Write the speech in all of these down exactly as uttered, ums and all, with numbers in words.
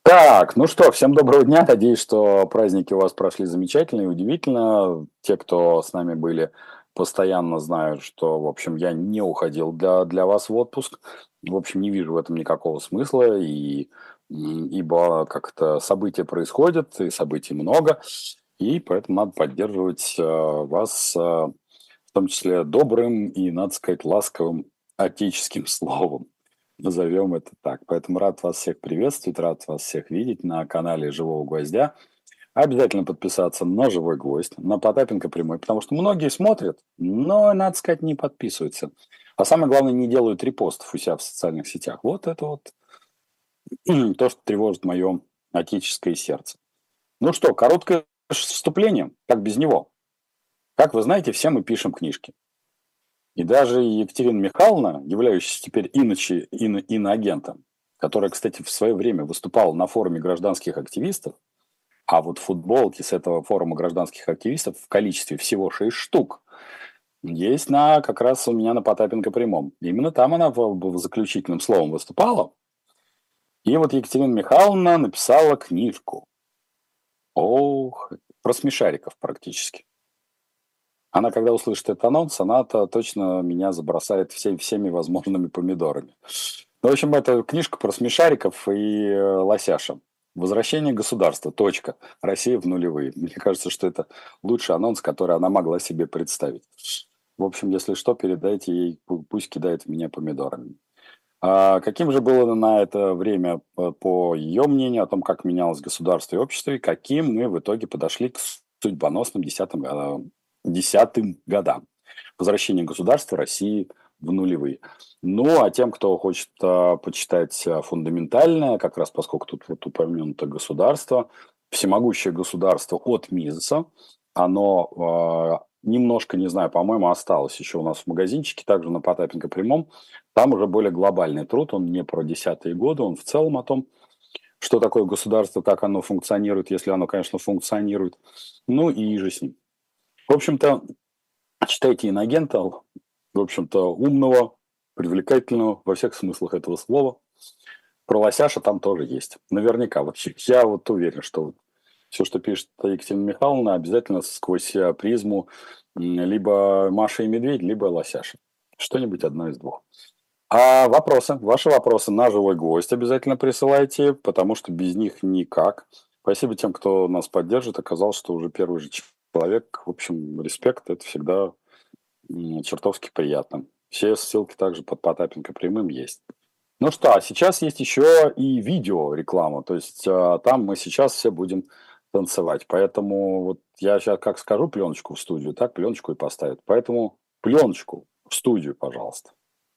Так, ну что, всем доброго дня. Надеюсь, что праздники у вас прошли замечательно и удивительно. Те, кто с нами были постоянно, знают, что, в общем, я не уходил для, для вас в отпуск. В общем, не вижу в этом никакого смысла, и, м, ибо как-то события происходят, и событий много, и поэтому надо поддерживать э, вас, э, в том числе добрым и, надо сказать, ласковым отеческим словом. Назовем это так. Поэтому рад вас всех приветствовать, рад вас всех видеть на канале «Живого гвоздя». Обязательно подписаться на «Живой гвоздь», на Потапенко прямой, потому что многие смотрят, но, надо сказать, не подписываются. А самое главное, не делают репостов у себя в социальных сетях. Вот это вот то, что тревожит мое отеческое сердце. Ну что, короткое вступление, как без него. Как вы знаете, все мы пишем книжки. И даже Екатерина Михайловна, являющаяся теперь иночи, ино, иноагентом, которая, кстати, в свое время выступала на форуме гражданских активистов, а вот футболки с этого форума гражданских активистов в количестве всего шесть штук есть на, как раз у меня на Потапенко прямом. Именно там она в, в заключительным словом выступала. И вот Екатерина Михайловна написала книжку. Ох, про смешариков практически. Она, когда услышит этот анонс, она-то точно меня забросает всеми, всеми возможными помидорами. Ну, в общем, это книжка про смешариков и э, лосяша. «Возвращение государства. Точка. Россия в нулевые». Мне кажется, что это лучший анонс, который она могла себе представить. В общем, если что, передайте ей, пу- пусть кидает в меня помидорами. А каким же было на это время, по по ее мнению, о том, как менялось государство и общество, и каким мы в итоге подошли к судьбоносным десятым, а, десятым годам? Возвращение государства России в нулевые. Ну, а тем, кто хочет а, почитать а, фундаментальное, как раз поскольку тут вот упомянуто государство, всемогущее государство от Мизеса, оно а, немножко, не знаю, по-моему, осталось еще у нас в магазинчике, также на Потапенко прямом. Там уже более глобальный труд, он не про десятые годы, он в целом о том, что такое государство, как оно функционирует, если оно, конечно, функционирует, ну и же с ним. В общем-то, читайте иноагента, в общем-то, умного, привлекательного во всех смыслах этого слова. Про лосяша там тоже есть. Наверняка вообще. Я вот уверен, что все, что пишет Екатерина Михайловна, обязательно сквозь э, призму м, либо Маша и Медведь, либо лосяша. Что-нибудь одно из двух. А вопросы, ваши вопросы на «Живой гвоздь» обязательно присылайте, потому что без них никак. Спасибо тем, кто нас поддержит. Оказалось, что уже первый же человек. В общем, респект, это всегда м, чертовски приятно. Все ссылки также под Потапенко прямым есть. Ну что, а сейчас есть еще и видео реклама. То есть а, там мы сейчас все будем танцевать. Поэтому вот я сейчас как скажу пленочку в студию, так пленочку и поставят. Поэтому пленочку в студию, пожалуйста.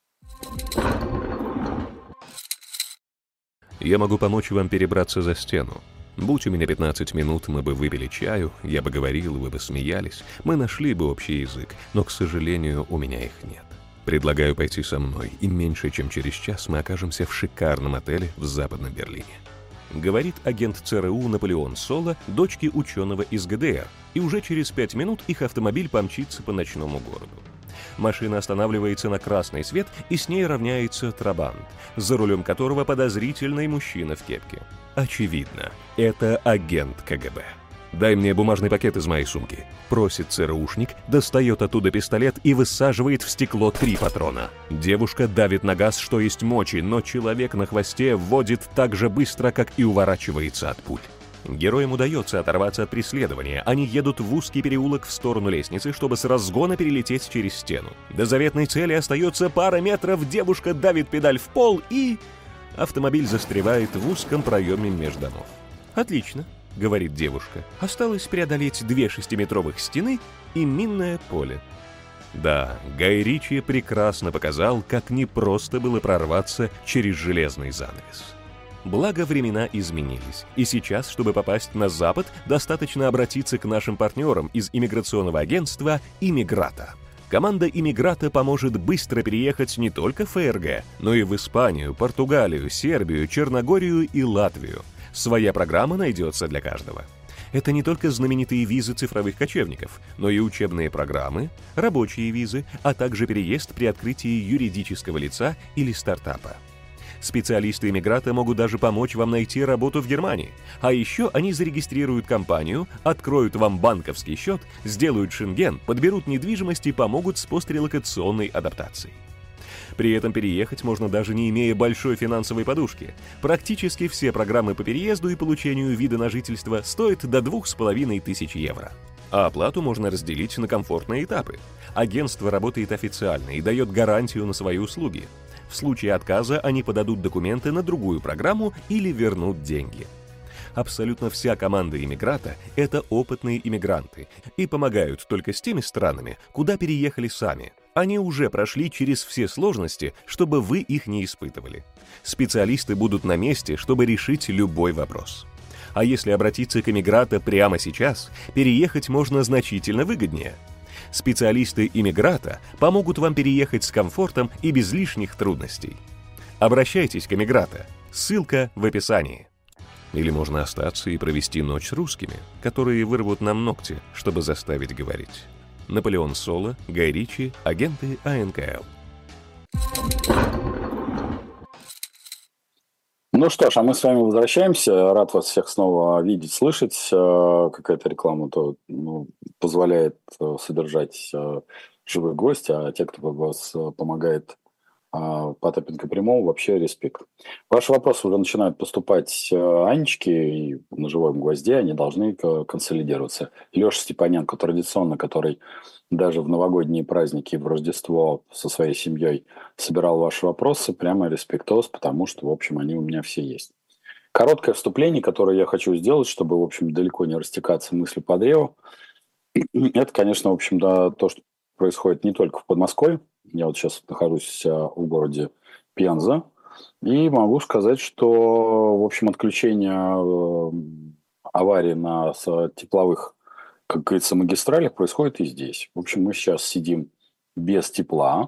Я могу помочь вам перебраться за стену. Будь у меня пятнадцать минут, мы бы выпили чаю, я бы говорил, вы бы смеялись, мы нашли бы общий язык, но, к сожалению, у меня их нет. Предлагаю пойти со мной, и меньше чем через час мы окажемся в шикарном отеле в Западном Берлине. Говорит агент ЦРУ Наполеон Соло, дочке ученого из ГДР, и уже через пять минут их автомобиль помчится по ночному городу. Машина останавливается на красный свет, и с ней равняется трабант, за рулем которого подозрительный мужчина в кепке. Очевидно, это агент КГБ. «Дай мне бумажный пакет из моей сумки», — просит ЦРУшник, достает оттуда пистолет и высаживает в стекло три патрона. Девушка давит на газ, что есть мочи, но человек на хвосте вводит так же быстро, как и уворачивается от пуль. Героям удается оторваться от преследования. Они едут в узкий переулок в сторону лестницы, чтобы с разгона перелететь через стену. До заветной цели остается пара метров, девушка давит педаль в пол и... Автомобиль застревает в узком проеме меж домов. «Отлично», — говорит девушка. «Осталось преодолеть две шестиметровых стены и минное поле». Да, Гай Ричи прекрасно показал, как непросто было прорваться через железный занавес. Благо, времена изменились, и сейчас, чтобы попасть на Запад, достаточно обратиться к нашим партнерам из иммиграционного агентства «Иммиграта». Команда «Иммиграта» поможет быстро переехать не только в ФРГ, но и в Испанию, Португалию, Сербию, Черногорию и Латвию. Своя программа найдется для каждого. Это не только знаменитые визы цифровых кочевников, но и учебные программы, рабочие визы, а также переезд при открытии юридического лица или стартапа. Специалисты иммиграта могут даже помочь вам найти работу в Германии. А еще они зарегистрируют компанию, откроют вам банковский счет, сделают шенген, подберут недвижимость и помогут с пострелокационной адаптацией. При этом переехать можно даже не имея большой финансовой подушки. Практически все программы по переезду и получению вида на жительство стоят до двух с половиной тысяч евро. А оплату можно разделить на комфортные этапы. Агентство работает официально и дает гарантию на свои услуги. В случае отказа они подадут документы на другую программу или вернут деньги. Абсолютно вся команда иммиграта – это опытные иммигранты и помогают только с теми странами, куда переехали сами. Они уже прошли через все сложности, чтобы вы их не испытывали. Специалисты будут на месте, чтобы решить любой вопрос. А если обратиться к иммиграта прямо сейчас, переехать можно значительно выгоднее. Специалисты иммиграта помогут вам переехать с комфортом и без лишних трудностей. Обращайтесь к иммиграта. Ссылка в описании. Или можно остаться и провести ночь с русскими, которые вырвут нам ногти, чтобы заставить говорить. Наполеон Соло, Гай Ричи, агенты А Н К Л. Ну что ж, а мы с вами возвращаемся. Рад вас всех снова видеть, слышать. Э, Какая-то реклама то ну, позволяет э, содержать э, живых гостей, а те, кто вас э, помогает э, по топинг и прямому, вообще респект. Ваши вопросы уже начинают поступать э, Анечке, и на живом гвозде они должны э, консолидироваться. Леша Степаненко, традиционно, который даже в новогодние праздники, в Рождество со своей семьей собирал ваши вопросы, прямо респектос, потому что, в общем, они у меня все есть. Короткое вступление, которое я хочу сделать, чтобы, в общем, далеко не растекаться мыслью по древу. Это, конечно, в общем, да, то, что происходит не только в Подмосковье. Я вот сейчас нахожусь а, в городе Пенза. И могу сказать, что, в общем, отключение э, аварии на с- тепловых, как говорится, магистралях происходит и здесь. В общем, мы сейчас сидим без тепла.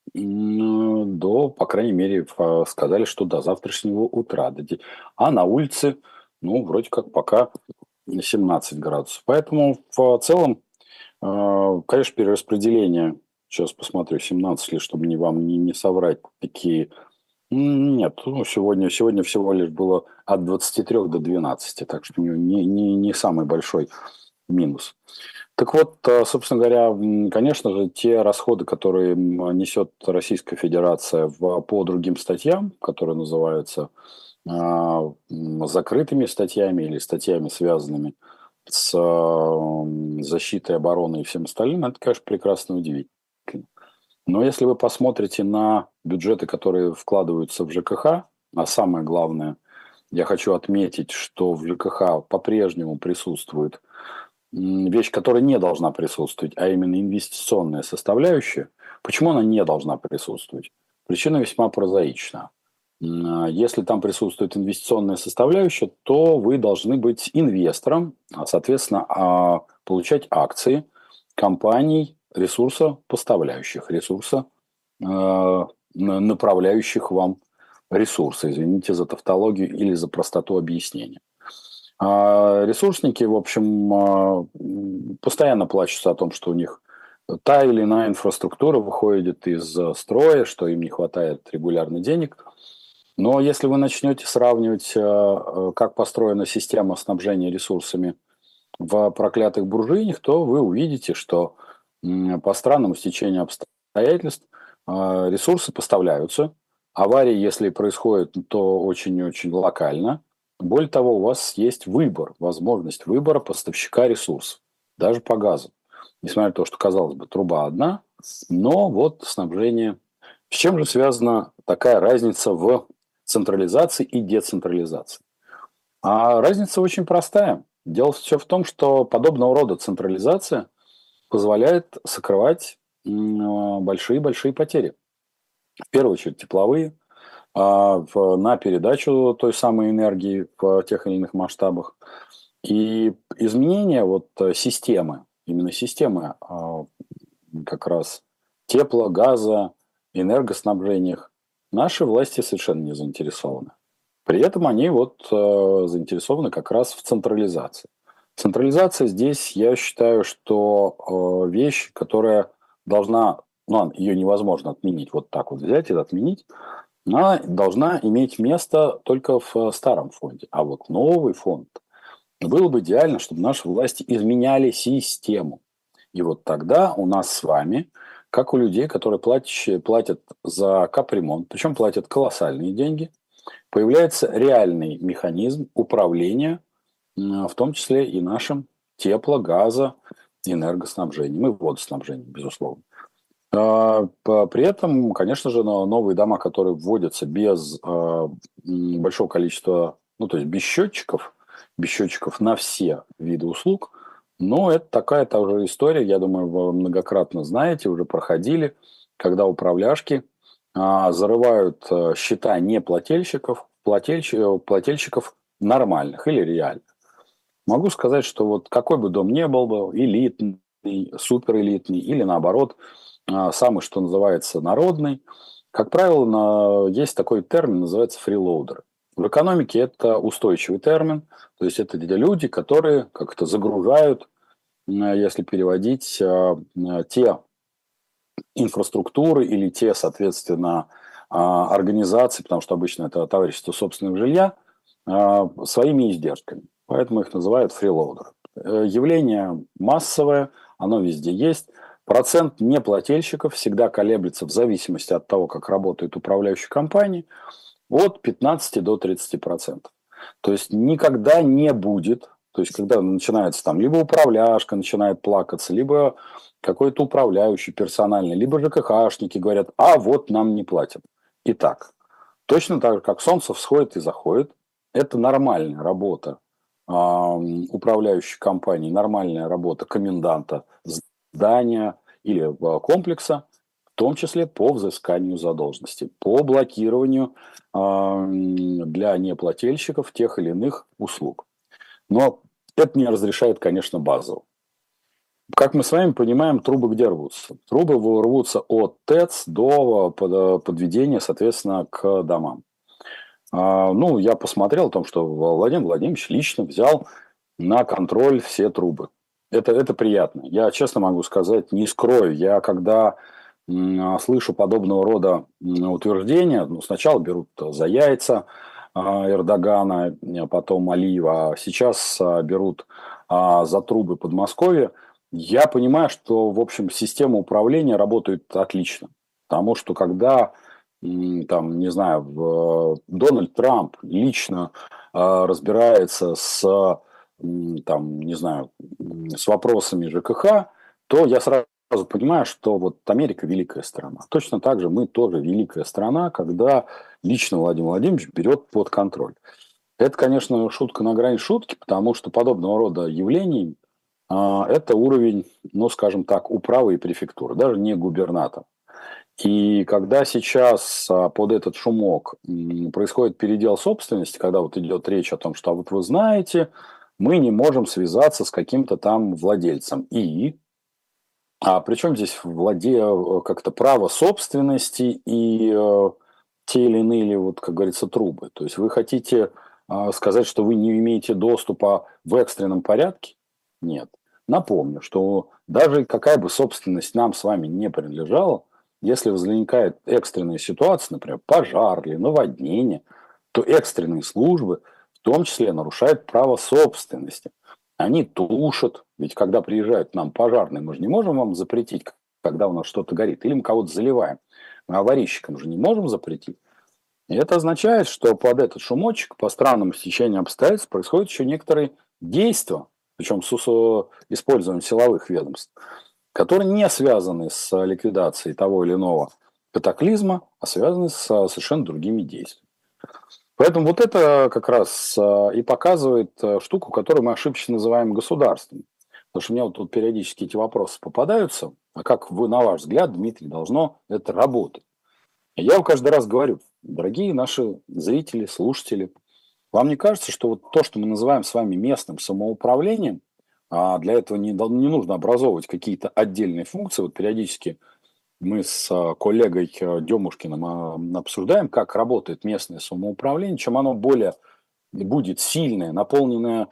м, До, по крайней мере, фа- сказали, что до завтрашнего утра. До де- А на улице, ну, вроде как пока семнадцать градусов. Поэтому в целом, э, конечно, перераспределение, сейчас посмотрю, семнадцать ли, чтобы не вам не, не соврать, такие. М, Нет, ну, сегодня, сегодня всего лишь было от двадцати трёх до двенадцати, так что не, не, не не самый большой минус. Так вот, э, собственно говоря, м, конечно же, те расходы, которые м, несет Российская Федерация в- по другим статьям, которые называются а, м, закрытыми статьями или статьями, связанными с м, защитой, обороной и всем остальным, это, конечно, прекрасно и удивительно. Но если вы посмотрите на бюджеты, которые вкладываются в Ж К Х, а самое главное, я хочу отметить, что в Ж К Х по-прежнему присутствует м, вещь, которая не должна присутствовать, а именно инвестиционная составляющая. Почему она не должна присутствовать? Причина весьма прозаична. М, а Если там присутствует инвестиционная составляющая, то вы должны быть инвестором, а, соответственно, а, получать акции компаний, ресурса поставляющих, ресурса э, на- направляющих вам ресурсы. Извините за тавтологию или за простоту объяснения. А ресурсники, в общем, а, м, постоянно плачутся о том, что у них та или иная инфраструктура выходит из э, строя, что им не хватает регулярно денег. Но если вы начнете сравнивать, э, э, как построена система снабжения ресурсами в проклятых буржуинах, то вы увидите, что м, по странному стечению обстоятельств а, ресурсы поставляются. Аварии, если происходят, то очень-очень локально. Более того, у вас есть выбор, возможность выбора поставщика ресурсов, даже по газу. Несмотря на то, что, казалось бы, труба одна, но вот снабжение. С чем же связана такая разница в централизации и децентрализации? А разница очень простая. Дело все в том, что подобного рода централизация позволяет сокрывать м, большие-большие потери. В первую очередь тепловые, а, в- на передачу той самой энергии в тех или иных масштабах. И изменение вот э, системы, именно системы а, как раз тепла, газа, энергоснабжениях, наши власти совершенно не заинтересованы. При этом они вот э, заинтересованы как раз в централизации. Централизация здесь, я считаю, что э, вещь, которая должна, ну, ее невозможно отменить, вот так вот взять и отменить. она должна иметь место только в э, старом фонде. А вот новый фонд, было бы идеально, чтобы наши власти изменяли систему. И вот тогда у нас с вами, как у людей, которые платящие- платят за капремонт, причем платят колоссальные деньги, появляется реальный механизм управления, м, в том числе и нашим тепло, газо, энергоснабжением и водоснабжением, безусловно. А, по- При этом, конечно же, но новые дома, которые вводятся без а, м, большого количества, ну, то есть без счетчиков, без счетчиков на все виды услуг, но это такая тоже история, я думаю, вы многократно знаете, уже проходили, когда управляшки а, зарывают а, счета неплательщиков, плательщ- плательщиков нормальных или реальных. Могу сказать, что вот какой бы дом ни был бы, элитный, суперэлитный или наоборот, а, самый, что называется, народный, как правило, на- есть такой термин, называется фрилоудер. В экономике это устойчивый термин, то есть это те люди, которые как-то загружают, м, если переводить, а, м, те инфраструктуры или те, соответственно, а, организации, потому что обычно это товарищество собственного жилья, а, своими издержками. Поэтому их называют фрилоудеры. Э, Явление массовое, оно везде есть. Процент неплательщиков всегда колеблется в зависимости от того, как работает управляющая компания, от пятнадцати до тридцати процентов. То есть никогда не будет, то есть когда начинается там либо управляшка начинает плакаться, либо какой-то управляющий персональный, либо ЖКХшники говорят, а вот нам не платят. Итак, точно так же, как солнце всходит и заходит, это нормальная работа а, м, управляющей компании, нормальная работа коменданта здания или а, комплекса, в том числе по взысканию задолженности, по блокированию а, м, для неплательщиков тех или иных услуг. Но это не разрешает, конечно, базово. Как мы с вами понимаем, трубы где рвутся? Трубы рвутся от ТЭЦ до под- подведения, соответственно, к домам. А, Ну, я посмотрел о том, что Владимир Владимирович лично взял на контроль все трубы. Это, это приятно. Я честно могу сказать, не скрою, я когда м, а, слышу подобного рода м, утверждения, ну, сначала берут за яйца а, Эрдогана, а потом Алиева, а сейчас а, берут а, за трубы Подмосковья, я понимаю, что, в общем, система управления работает отлично. Потому что когда м, там, не знаю, в- Дональд Трамп лично а, разбирается с, м, там, не знаю, м, с вопросами ЖКХ, то я сразу понимаю, что вот Америка великая страна. Точно так же мы тоже великая страна, когда лично Владимир Владимирович берет под контроль. Это, конечно, шутка на грани шутки, потому что подобного рода явлений а, это уровень, ну, скажем так, управы и префектуры, даже не губернатор. И когда сейчас а, под этот шумок м, происходит передел собственности, когда вот идет речь о том, что а вот вы знаете, мы не можем связаться с каким-то там владельцем. И а причем здесь владе э, как-то право собственности и э, те или иные, вот, как говорится, трубы. То есть вы хотите а, сказать, что вы не имеете доступа в экстренном порядке? Нет. Напомню, что даже какая бы собственность нам с вами не принадлежала, если возникает экстренная ситуация, например, пожар или наводнение, то экстренные службы в том числе нарушают право собственности. Они тушат. Ведь когда приезжают к нам пожарные, мы же не можем вам запретить, когда у нас что-то горит. Или мы кого-то заливаем. Мы аварийщикам же не можем запретить. И это означает, что под этот шумочек, по странному стечению обстоятельств, происходят еще некоторые действия, причем с ус- использованием силовых ведомств, которые не связаны с ликвидацией того или иного катаклизма, а связаны с совершенно другими действиями. Поэтому вот это как раз а, и показывает а, штуку, которую мы ошибочно называем государством. Потому что мне вот тут периодически эти вопросы попадаются. А как вы, на ваш взгляд, Дмитрий, должно это работать? И я вам каждый раз говорю, дорогие наши зрители, слушатели, вам не кажется, что вот то, что мы называем с вами местным самоуправлением, а для этого не, дол- не нужно образовывать какие-то отдельные функции, вот периодически мы с а, коллегой а, Демушкиным а, обсуждаем, как работает местное самоуправление, чем оно более будет сильное, наполненное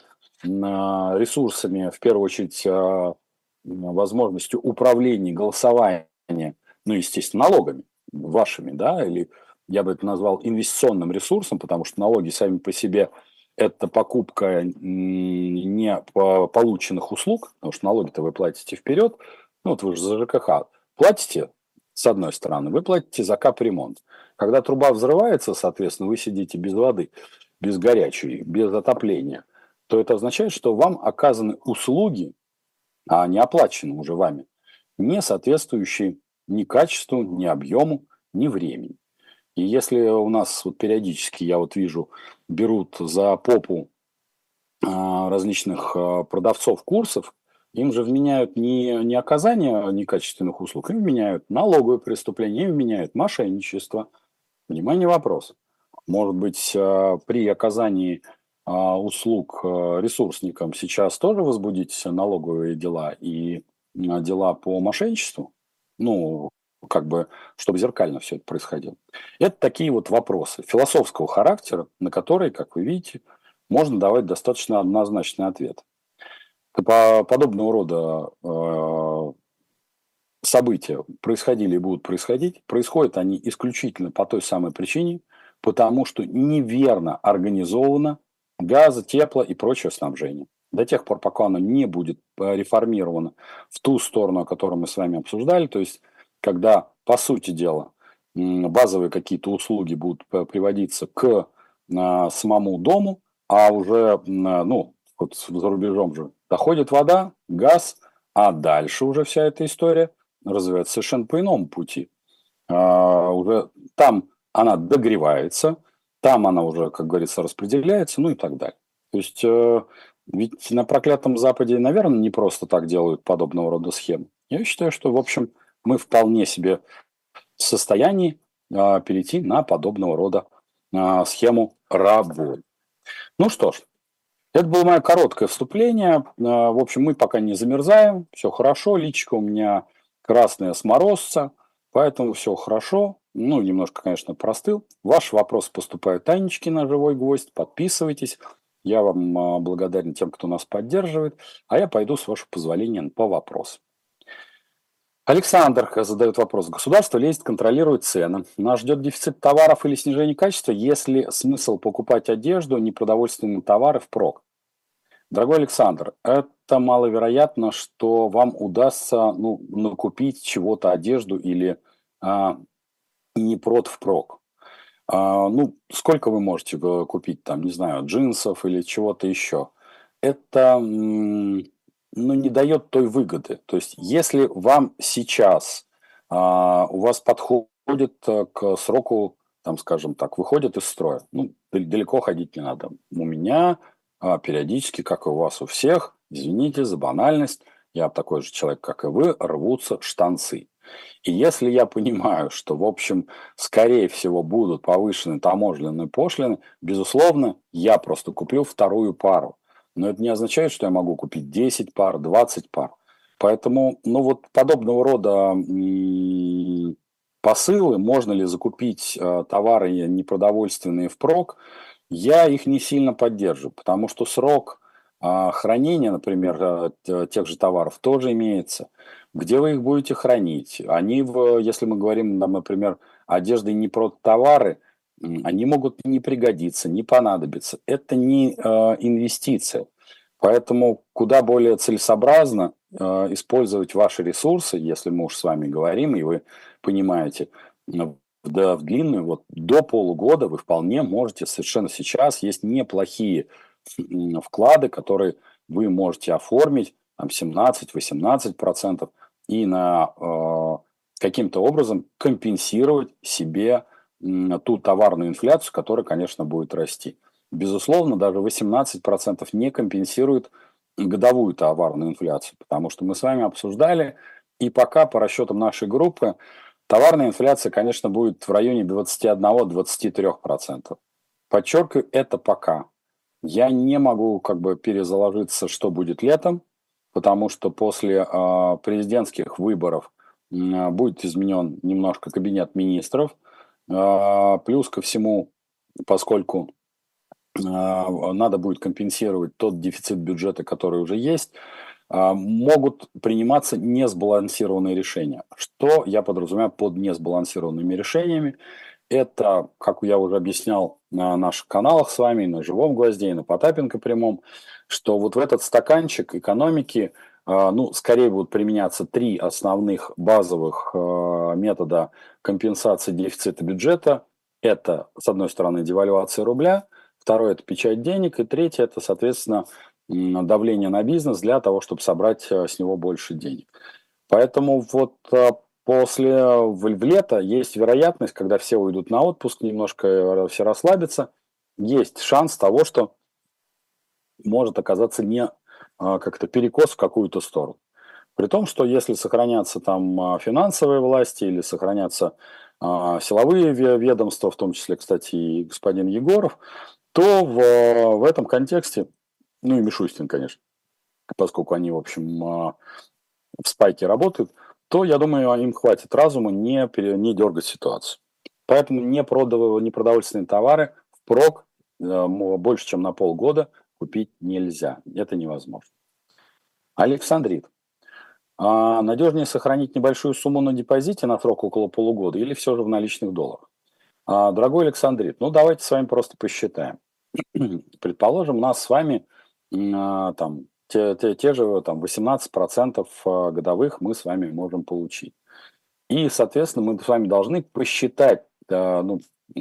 а, ресурсами, в первую очередь, а, м, возможностью управления, голосования, ну, естественно, налогами вашими, да, или я бы это назвал инвестиционным ресурсом, потому что налоги сами по себе это покупка не полученных услуг, потому что налоги-то вы платите вперед, ну вот вы же за ЖКХ платите, с одной стороны, вы платите за капремонт. Когда труба взрывается, соответственно, вы сидите без воды, без горячей, без отопления, то это означает, что вам оказаны услуги, а не оплачены уже вами, не соответствующие ни качеству, ни объему, ни времени. И если у нас вот периодически, я вот вижу, берут за попу а, различных а, продавцов курсов, им же вменяют не, не оказание некачественных услуг, им вменяют налоговые преступления, им вменяют мошенничество. Внимание, вопрос. Может быть, а, при оказании а, услуг а, ресурсникам сейчас тоже возбудить налоговые дела и а, дела по мошенничеству? Ну, как бы, чтобы зеркально все это происходило. Это такие вот вопросы философского характера, на которые, как вы видите, можно давать достаточно однозначный ответ. По подобного рода э, события происходили и будут происходить. Происходят они исключительно по той самой причине, потому что неверно организовано газо, тепло и прочее снабжение. До тех пор, пока оно не будет реформировано в ту сторону, о которой мы с вами обсуждали, то есть когда, по сути дела, базовые какие-то услуги будут приводиться к а, самому дому, а уже, ну, вот за рубежом же доходит вода, газ, а дальше уже вся эта история развивается совершенно по иному пути. А, уже там она догревается, там она уже, как говорится, распределяется, ну и так далее. То есть, э, ведь на проклятом Западе, наверное, не просто так делают подобного рода схемы. Я считаю, что, в общем, мы вполне себе в состоянии а, перейти на подобного рода а, схему работы. Ну что ж, это было мое короткое вступление. А, в общем, мы пока не замерзаем, все хорошо, личико у меня красное с морозца, поэтому все хорошо. Ну, немножко, конечно, простыл. Ваши вопросы поступают Танечке на живой гвоздь. Подписывайтесь. Я вам а, благодарен тем, кто нас поддерживает. А я пойду, с вашего позволения, по вопросу. Александр задает вопрос. Государство лезет, контролирует цены. Нас ждет дефицит товаров или снижение качества, если смысл покупать одежду, непродовольственные товары впрок? Дорогой Александр, это маловероятно, что вам удастся ну, накупить чего-то одежду или а, не прод впрок. А, ну, сколько вы можете э, купить там, не знаю, джинсов или чего-то еще? Это м, ну, не дает той выгоды. То есть, если вам сейчас а, у вас подходит э, к сроку, там, скажем так, выходит из строя, ну, дал- далеко ходить не надо. У меня а, периодически, как и у вас у всех, извините за банальность, я такой же человек, как и вы, рвутся штанцы. И если я понимаю, что, в общем, скорее всего, будут повышены таможенные пошлины, безусловно, я просто куплю вторую пару. Но это не означает, что я могу купить десять пар, двадцать пар. Поэтому, ну вот подобного рода м, посылы, можно ли закупить э, товары непродовольственные впрок, я их не сильно поддерживаю, потому что срок а, хранения, например, э, т- тех же товаров тоже имеется. Где вы их будете хранить? Они, в, если мы говорим, нам, например, одежда и не про товары, м, они могут не пригодиться, не понадобиться. Это не э, инвестиция. Поэтому куда более целесообразно э, использовать ваши ресурсы, если мы уж с вами говорим, и вы понимаете, ну, да, в длинную, вот до полугода вы вполне можете совершенно сейчас, есть неплохие м, вклады, которые вы можете оформить, там семнадцать-восемнадцать процентов, и на э, каким-то образом компенсировать себе м, ту товарную инфляцию, которая, конечно, будет расти. Безусловно, даже восемнадцать процентов не компенсирует годовую товарную инфляцию, потому что мы с вами обсуждали, и пока по расчетам нашей группы товарная инфляция, конечно, будет в районе двадцать один - двадцать три процента. Подчеркиваю, это пока. Я не могу как бы перезаложиться, что будет летом, потому что после а, президентских выборов м, а, будет изменен немножко кабинет министров. А, плюс ко всему, поскольку а, надо будет компенсировать тот дефицит бюджета, который уже есть, а, могут приниматься несбалансированные решения. Что я подразумеваю под несбалансированными решениями? это, как я уже объяснял на наших каналах с вами, и на «Живом гвозде», и на Потапенко прямом, что вот в этот стаканчик экономики, а, ну, скорее будут применяться три основных базовых а, метода компенсации дефицита бюджета. Это, с одной стороны, девальвация рубля, второе – это печать денег, и третье – это, соответственно, м, давление на бизнес для того, чтобы собрать а, с него больше денег. Поэтому вот а, после а, в, в лето есть вероятность, когда все уйдут на отпуск, немножко э, все расслабятся, есть шанс того, что может оказаться не а, как-то перекос в какую-то сторону. При том, что если сохранятся там а, финансовые власти или сохранятся а, силовые ве- ведомства, в том числе, кстати, и господин Егоров, то в, в этом контексте, ну и Мишустин, конечно, поскольку они, в общем, а, в спайке работают, то, я думаю, им хватит разума не, пере- не дергать ситуацию. Поэтому не, продав- не продовольственные товары впрок э, м, больше, чем на полгода купить нельзя. Это невозможно. Александрит. А надежнее сохранить небольшую сумму на депозите на срок около полугода или все же в наличных долларах? А, дорогой Александрит, ну давайте с вами просто посчитаем. Предположим, у нас с вами м, а, там те, те, те же там восемнадцать процентов а, годовых мы с вами можем получить. И, соответственно, мы с вами должны посчитать, а, ну,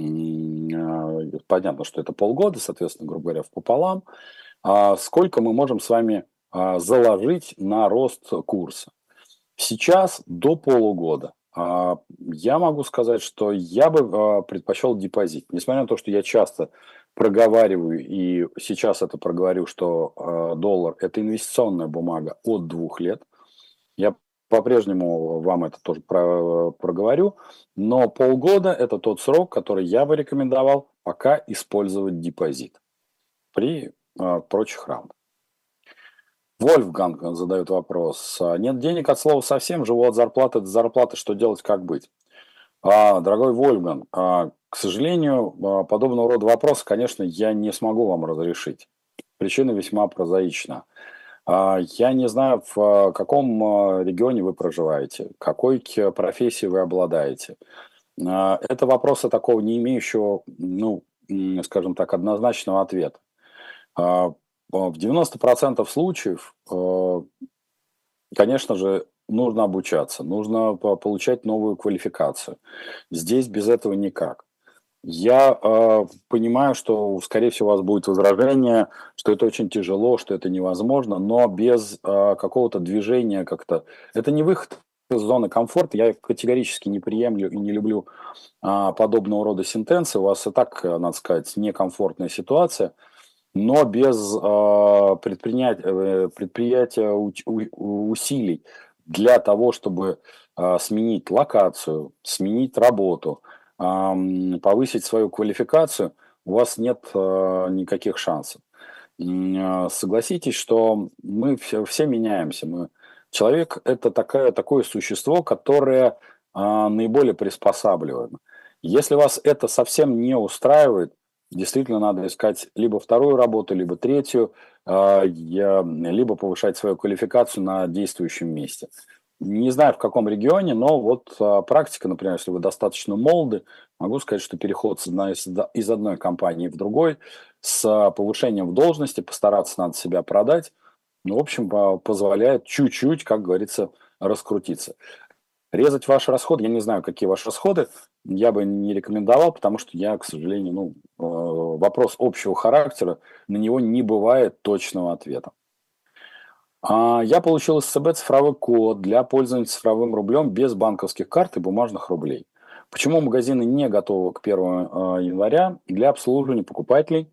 м, а, понятно, что это полгода, соответственно, грубо говоря, в пополам, а сколько мы можем с вами а, заложить на рост курса. Сейчас до полугода а, я могу сказать, что я бы а, предпочел депозит. Несмотря на то, что я часто проговариваю и сейчас это проговорю, что а, доллар – это инвестиционная бумага от двух лет. Я по-прежнему вам это тоже про- проговорю, но полгода – это тот срок, который я бы рекомендовал пока использовать депозит при а, прочих равных. Вольфганг задает вопрос. А, Нет денег от слова совсем, живу от зарплаты до зарплаты, что делать, как быть? А, дорогой Вольфганг, а, к сожалению, а, подобного рода вопросы, конечно, я не смогу вам разрешить. Причина весьма прозаична. А, Я не знаю, в а, каком а, регионе вы проживаете, какой к- профессией вы обладаете. А, Это вопросы такого не имеющего, ну, м, скажем так, однозначного ответа. А, а, В девяноста процентах случаев э, конечно же, нужно обучаться, нужно по- получать новую квалификацию. Здесь без этого никак. Я э, понимаю, что, скорее всего, у вас будет возражение, что это очень тяжело, что это невозможно, но без э, какого-то движения как-то... Это не выход из зоны комфорта. Я категорически не приемлю и не люблю а, подобного рода сентенции. У вас и так, э, надо сказать, некомфортная ситуация, но без а, предпринять, э, предприятия уч- у- усилий для того, чтобы а, сменить локацию, сменить работу, ам, повысить свою квалификацию, у вас нет а, никаких шансов. М, а, Согласитесь, что мы все, все меняемся. Мы, человек – это такая, такое существо, которое а, наиболее приспосабливаемо. Если вас это совсем не устраивает, действительно надо искать либо вторую работу, либо третью, а, я- либо повышать свою квалификацию на действующем месте. Не знаю, в каком регионе, но вот а, практика, например, если вы достаточно молоды, могу сказать, что переход с одной- из из одной компании в другой с а, повышением в должности, постараться надо себя продать, ну, в общем, по- позволяет чуть-чуть, как говорится, раскрутиться. Резать ваши расходы, я не знаю, какие ваши расходы, я бы не рекомендовал, потому что я, к сожалению, ну, э, вопрос общего характера, на него не бывает точного ответа. А, Я получил из ЦБ цифровой код для пользования цифровым рублем без банковских карт и бумажных рублей. Почему магазины не готовы к первому э, января для обслуживания покупателей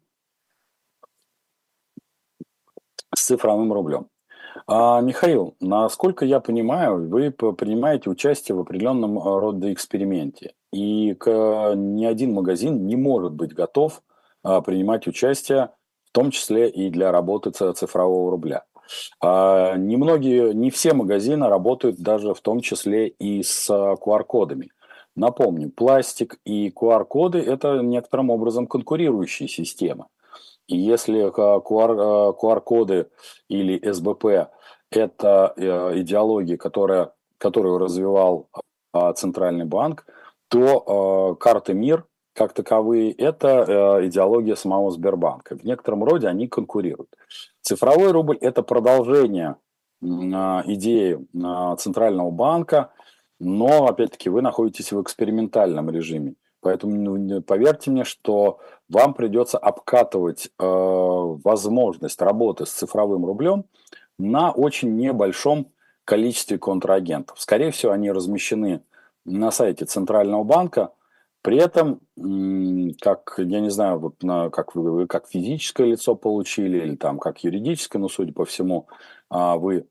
с цифровым рублем? А, Михаил, насколько я понимаю, вы п- принимаете участие в определенном э, роде эксперименте. И к- ни один магазин не может быть готов а, принимать участие, в том числе и для работы ц- цифрового рубля. А, Немногие, не все магазины работают даже в том числе и с а, Q R-кодами. Напомню, пластик и Q R-коды – это некоторым образом конкурирующие системы. И если а, Q R, а, Q R-коды или S B P – это э, идеология, которая, которую развивал а, Центральный банк, то а, карты МИР как таковые, это э, идеология самого Сбербанка. В некотором роде они конкурируют. Цифровой рубль – это продолжение м, а, идеи а, Центрального банка, но, опять-таки, вы находитесь в экспериментальном режиме. Поэтому ну, не- поверьте мне, что вам придется обкатывать э, возможность работы с цифровым рублем на очень небольшом количестве контрагентов. Скорее всего, они размещены на сайте Центрального банка. При этом, м, как, я не знаю, вот на, как вы, вы как физическое лицо получили, или там как юридическое, но, судя по всему, а, вы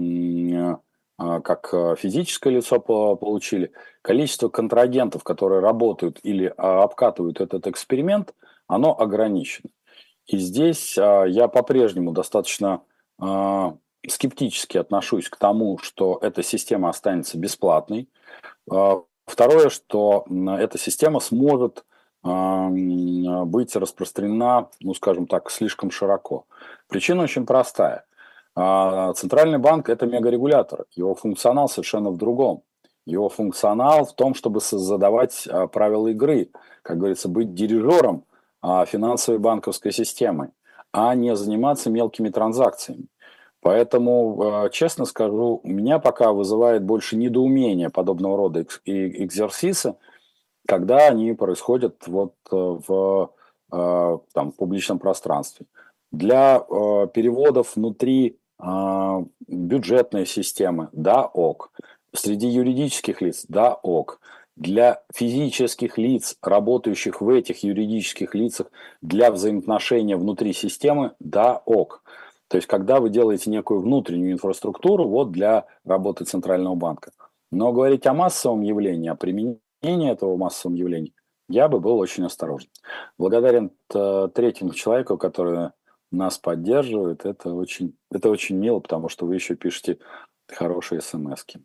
м, а, как а, физическое лицо по- получили, количество контрагентов, которые работают или а, обкатывают этот эксперимент, оно ограничено. И здесь а, я по-прежнему достаточно а, скептически отношусь к тому, что эта система останется бесплатной. А, Второе, что м, эта система сможет а, м, быть распространена, ну, скажем так, слишком широко. Причина очень простая. А, Центральный банк – это мегарегулятор. Его функционал совершенно в другом. Его функционал в том, чтобы задавать а, правила игры, как говорится, быть дирижером а, финансовой банковской системы, а не заниматься мелкими транзакциями. Поэтому, э, честно скажу, меня пока вызывает больше недоумение подобного рода экс- и- экзерсисы, когда они происходят вот э, в э, там, публичном пространстве. Для э, переводов внутри э, бюджетной системы, да, ок. Среди юридических лиц, да, ок. Для физических лиц, работающих в этих юридических лицах, для взаимоотношения внутри системы, да, ок. То есть, когда вы делаете некую внутреннюю инфраструктуру вот для работы Центрального банка. Но говорить о массовом явлении, о применении этого массового явления, я бы был очень осторожен. Благодарен т- третьему человеку, который нас поддерживает. Это очень, это очень мило, потому что вы еще пишете хорошие смски.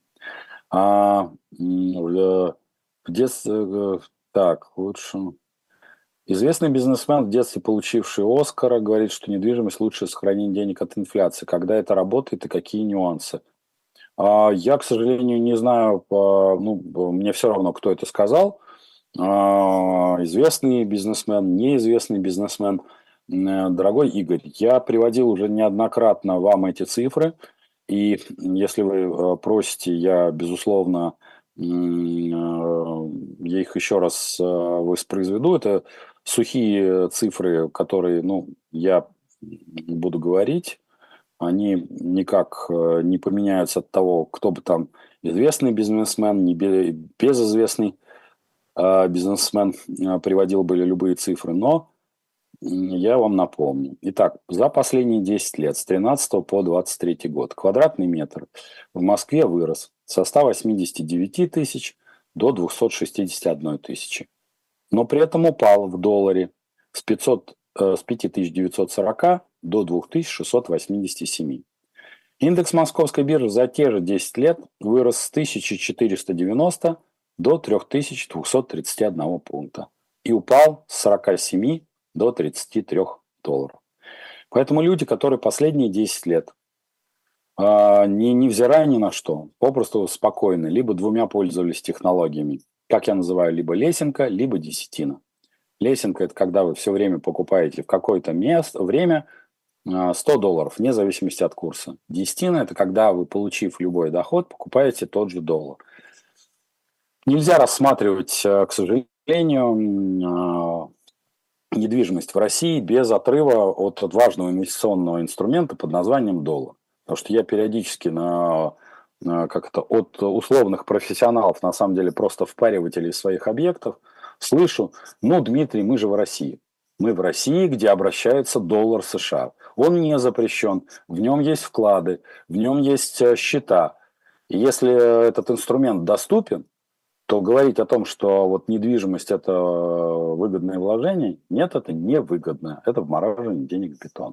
А, м, э, в детстве, э, так, лучше. Известный бизнесмен, в детстве получивший Оскара, говорит, что недвижимость лучше сохранения денег от инфляции. Когда это работает и какие нюансы? А, Я, к сожалению, не знаю, по- ну, б- мне все равно, кто это сказал. А, Известный бизнесмен, неизвестный бизнесмен. М, э, Дорогой Игорь, я приводил уже неоднократно вам эти цифры, и если вы э, просите, я, безусловно, м, э, я их еще раз э, воспроизведу. Это сухие цифры, которые, ну, я буду говорить. Они никак э, не поменяются от того, кто бы там известный бизнесмен, не бе- безызвестный э, бизнесмен э, приводил были любые цифры, но м, я вам напомню. Итак, за последние десять лет, с тринадцатого по двадцать третий год, квадратный метр в Москве вырос со ста восьмидесяти девяти тысяч до двухсот шестидесяти одной тысячи. Но при этом упал в долларе с, пятисот, э, с пяти тысяч девятисот сорока до двух тысяч шестисот восьмидесяти семи. Индекс московской биржи за те же десять лет вырос с тысячи четырёхсот девяноста до трёх тысяч двухсот тридцати одного пункта и упал с сорока семи до тридцати трёх долларов. Поэтому люди, которые последние десять лет, а, не, невзирая ни на что, попросту спокойно, либо двумя пользовались технологиями, как я называю, либо лесенка, либо десятина. Лесенка – это когда вы все время покупаете в какое-то место, время а, сто долларов, вне зависимости от курса. Десятина – это когда вы, получив любой доход, покупаете тот же доллар. Нельзя рассматривать, э, к сожалению, м, а, недвижимость в России без отрыва от, от важного инвестиционного инструмента под названием доллар. Потому что я периодически на, на- как это, от условных профессионалов, на самом деле просто впаривателей своих объектов, слышу: ну, Дмитрий, мы же в России. Мы в России, где обращается доллар США. Он не запрещен, в нем есть вклады, в нем есть э, счета. И если этот инструмент доступен, то говорить о том, что вот недвижимость – это выгодное вложение, нет, это не выгодно. Это вмораживание денег в бетон.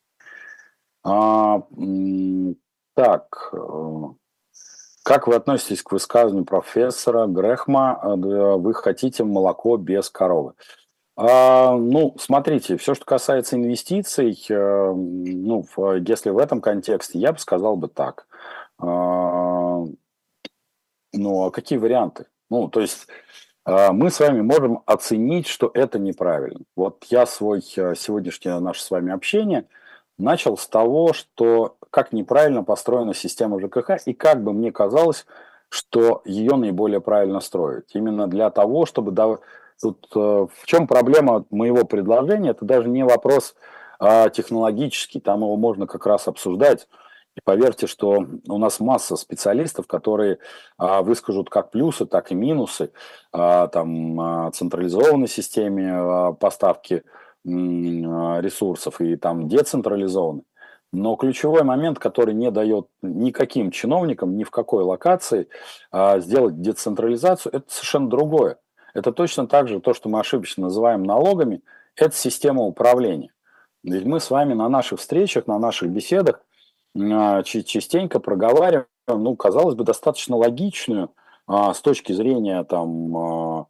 А, м, так, э, как вы относитесь к высказыванию профессора Грехма, э, да, вы хотите молоко без коровы? А, ну, смотрите, все, что касается инвестиций, э, ну, в- если в этом контексте, я бы сказал бы так. А, ну, а какие варианты? Ну, то есть а, мы с вами можем оценить, что это неправильно. Вот я свой э, сегодняшнее наше с вами общение начал с того, что как неправильно построена система ЖКХ и как бы мне казалось, что ее наиболее правильно строить. Именно для того, чтобы... да- Тут э, в чем проблема моего предложения? Это даже не вопрос а, технологический, там его можно как раз обсуждать. И поверьте, что у нас масса специалистов, которые а, выскажут как плюсы, так и минусы а, там, а, централизованной системе а, поставки м, а, ресурсов и там децентрализованной. Но ключевой момент, который не дает никаким чиновникам ни в какой локации а, сделать децентрализацию, это совершенно другое. Это точно так же то, что мы ошибочно называем налогами, это система управления. Ведь мы с вами на наших встречах, на наших беседах а, чи- частенько проговариваем, ну, казалось бы, достаточно логичную а, с точки зрения там а,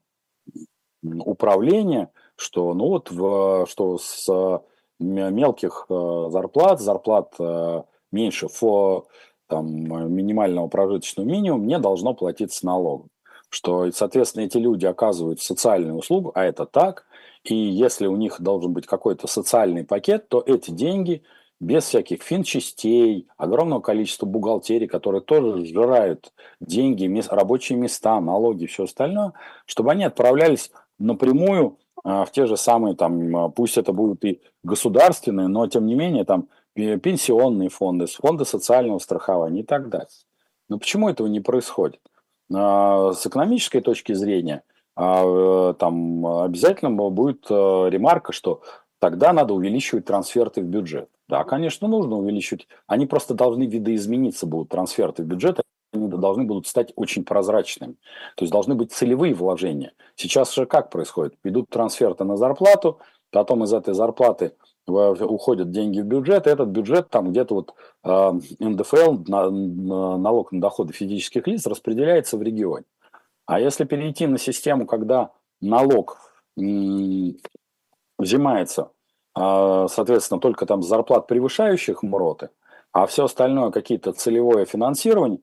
м, управления, что ну вот в, что с а, м- мелких а, зарплат, зарплат а, меньше фо, там, минимального прожиточного минимума не должно платиться налогом. Что, и, соответственно, эти люди оказывают социальную услугу, а это так, и если у них должен быть какой-то социальный пакет, то эти деньги без всяких финчастей, огромного количества бухгалтерий, которые тоже сжирают деньги, мес- рабочие места, налоги, все остальное, чтобы они отправлялись напрямую а, в те же самые, там, а, пусть это будут и государственные, но тем не менее там пе- пенсионные фонды, фонды социального страхования и так далее. Но почему этого не происходит? А, С экономической точки зрения а, э, там обязательно будет э, ремарка, что тогда надо увеличивать трансферты в бюджет. Да, конечно, нужно увеличивать. Они просто должны видоизмениться будут, трансферты в бюджет, они должны будут стать очень прозрачными. То есть должны быть целевые вложения. Сейчас же как происходит? Идут трансферты на зарплату, потом из этой зарплаты в- уходят деньги в бюджет, и этот бюджет там где-то вот э, эн дэ эф эл, на- на- налог на доходы физических лиц, распределяется в регионе. А если перейти на систему, когда налог м, взимается, а, соответственно, только там с зарплат превышающих МРОТы, а все остальное какие-то целевое финансирование,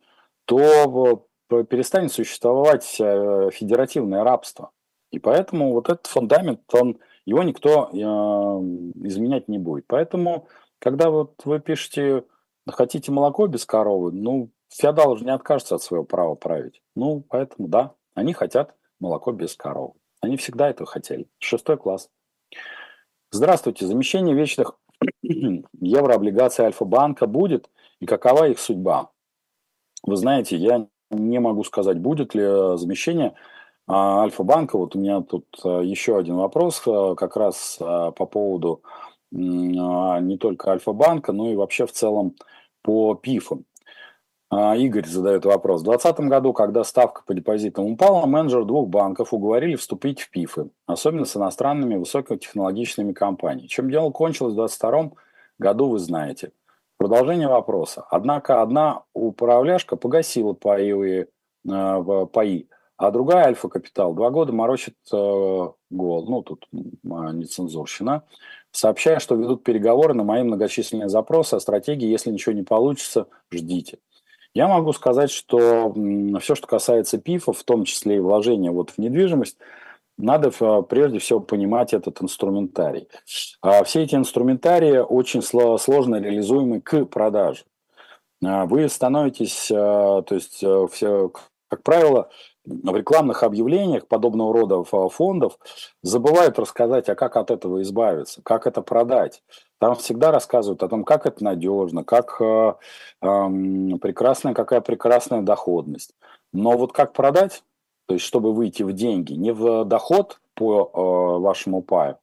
то в- перестанет существовать э, федеративное рабство. И поэтому вот этот фундамент, он, его никто э, изменять не будет. Поэтому, когда вот вы пишете, хотите молоко без коровы, ну, феодал уже не откажется от своего права править. Ну, поэтому да, они хотят молоко без коровы. Они всегда этого хотели. Шестой класс. Здравствуйте. Замещение вечных еврооблигаций Альфа-банка будет и какова их судьба? Вы знаете, я не могу сказать, будет ли э, замещение а, Альфа-банка. Вот у меня тут э, еще один вопрос э, как раз э, по поводу м, а, не только Альфа-банка, но и вообще в целом по ПИФам. А, Игорь задает вопрос. В двадцатом году, когда ставка по депозитам упала, менеджеры двух банков уговорили вступить в ПИФы, особенно с иностранными высокотехнологичными компаниями. Чем дело кончилось в двадцать втором году, вы знаете. Продолжение вопроса. Однако одна управляшка погасила паевые, э, в- паи, а другая Альфа Капитал два года морочит э, гол. Ну, тут м, а, нецензурщина. Сообщая, что ведут переговоры на мои многочисленные запросы о стратегии. Если ничего не получится, ждите. Я могу сказать, что все, что касается ПИФов, в том числе и вложения вот в недвижимость, надо э, прежде всего понимать этот инструментарий. А Все эти инструментарии очень сло- сложно реализуемы к продаже. А, Вы становитесь, э, то есть э, все, к- как правило, в рекламных объявлениях подобного рода фа- фондов забывают рассказать, а как от этого избавиться, как это продать. Там всегда рассказывают о том, как это надежно, как э, ам, прекрасная, какая прекрасная доходность. Но вот как продать, то есть чтобы выйти в деньги, не в доход по э, вашему паю,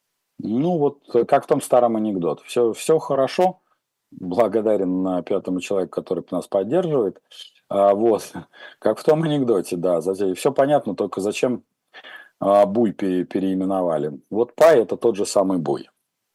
ну вот э, как в том старом анекдоте. Все, все хорошо, благодарен э, пятому человеку, который нас поддерживает. А, вот, как в том анекдоте, да, все понятно, только зачем а, буй пере- переименовали. Вот пай – это тот же самый буй.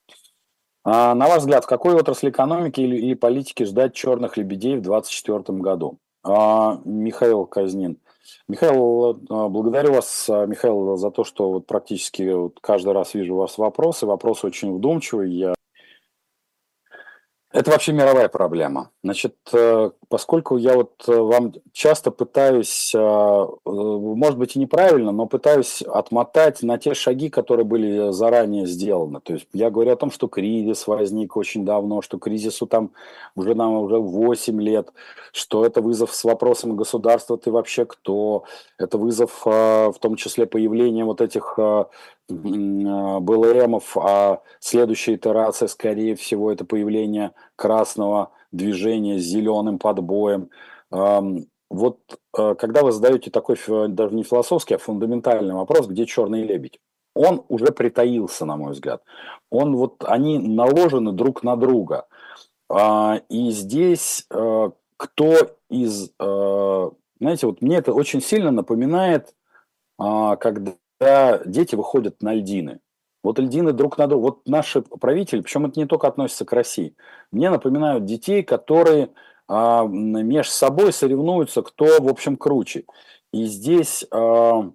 А, на ваш взгляд, в какой отрасли экономики или, или политики ждать черных лебедей в двадцать четвертом году? А, Михаил Казнин. Михаил, э, благодарю вас, э, Михаил, за то, что вот практически вот каждый раз вижу у вас вопросы. Вопросы очень вдумчивые. Я Это вообще мировая проблема. Значит, э, поскольку я вот э, вам часто пытаюсь, а, э, может быть и неправильно, но пытаюсь отмотать на те шаги, которые были заранее сделаны. То есть я говорю о том, что кризис возник очень давно, что кризису там уже нам уже восемь лет, что это вызов с вопросом государства «ты вообще кто?», это вызов а, в том числе появления вот этих а, м, а, БЛМов, а следующая итерация, скорее всего, это появление красного движения с зеленым подбоем. Ам, Вот э, когда вы задаете такой фи- даже не философский, а фундаментальный вопрос, где черный лебедь, он уже притаился, на мой взгляд. Он вот, они наложены друг на друга. А, И здесь э, кто из, э, знаете, вот мне это очень сильно напоминает а, когда дети выходят на льдины. Вот льдины друг на друга. Вот наши правители, причем это не только относится к России, мне напоминают детей, которые а, между собой соревнуются, кто, в общем, круче. И здесь а,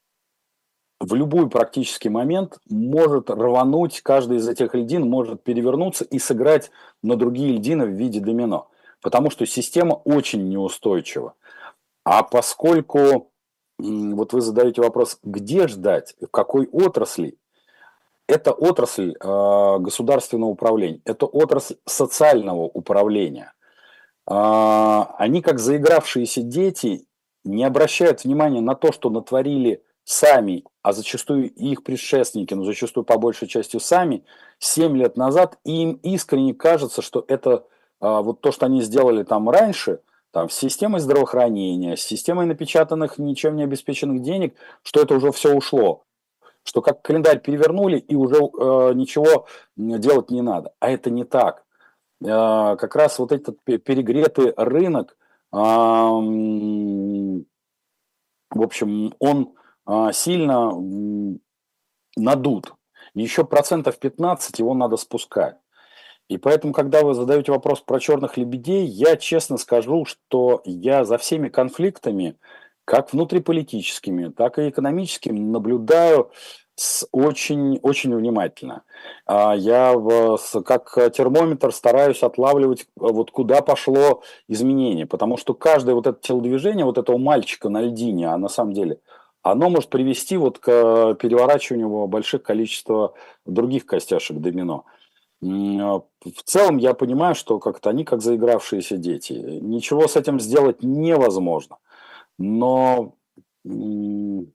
в любой практический момент может рвануть, каждый из этих льдин может перевернуться и сыграть на другие льдины в виде домино. Потому что система очень неустойчива. А поскольку м, вот вы задаете вопрос, где ждать, в какой отрасли, это отрасль э, государственного управления, это отрасль социального управления. А, Они, как заигравшиеся дети, не обращают внимания на то, что натворили сами, а зачастую и их предшественники, но зачастую по большей части сами, семь лет назад, и им искренне кажется, что это а, вот то, что они сделали там раньше, там, с системой здравоохранения, с системой напечатанных, ничем не обеспеченных денег, что это уже все ушло, что как календарь перевернули и уже э, ничего делать не надо. А это не так. Э, как раз вот этот перегретый рынок, в общем, он а, сильно надут. Еще процентов пятнадцать его надо спускать. И поэтому, когда вы задаете вопрос про черных лебедей, я честно скажу, что я за всеми конфликтами, как внутриполитическими, так и экономическими, наблюдаю с очень, очень внимательно. А Я в- с- как термометр стараюсь отлавливать, вот куда пошло изменение, потому что каждое вот это телодвижение вот этого мальчика на льдине, а на самом деле, оно может привести вот к переворачиванию больших количества других костяшек домино. М, а, В целом я понимаю, что как-то они как заигравшиеся дети. Ничего с этим сделать невозможно. Но м,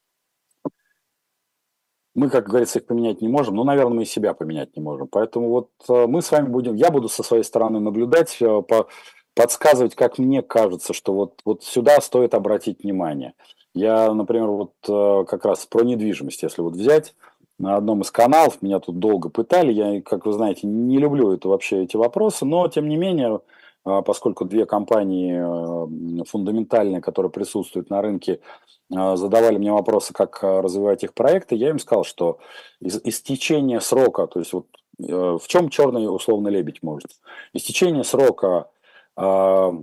мы, как говорится, их поменять не можем. Ну, наверное, мы и себя поменять не можем. Поэтому вот э, мы с вами будем, я буду со своей стороны наблюдать, э, по- подсказывать, как мне кажется, что вот, вот сюда стоит обратить внимание. Я, например, вот э, как раз про недвижимость, если вот взять, на одном из каналов меня тут долго пытали, я, как вы знаете, не люблю это вообще эти вопросы, но тем не менее, э, поскольку две компании э, фундаментальные, которые присутствуют на рынке, э, задавали мне вопросы, как э, развивать их проекты, я им сказал, что из истечения срока, то есть вот э, в чем черный условный лебедь может? Истечение срока э,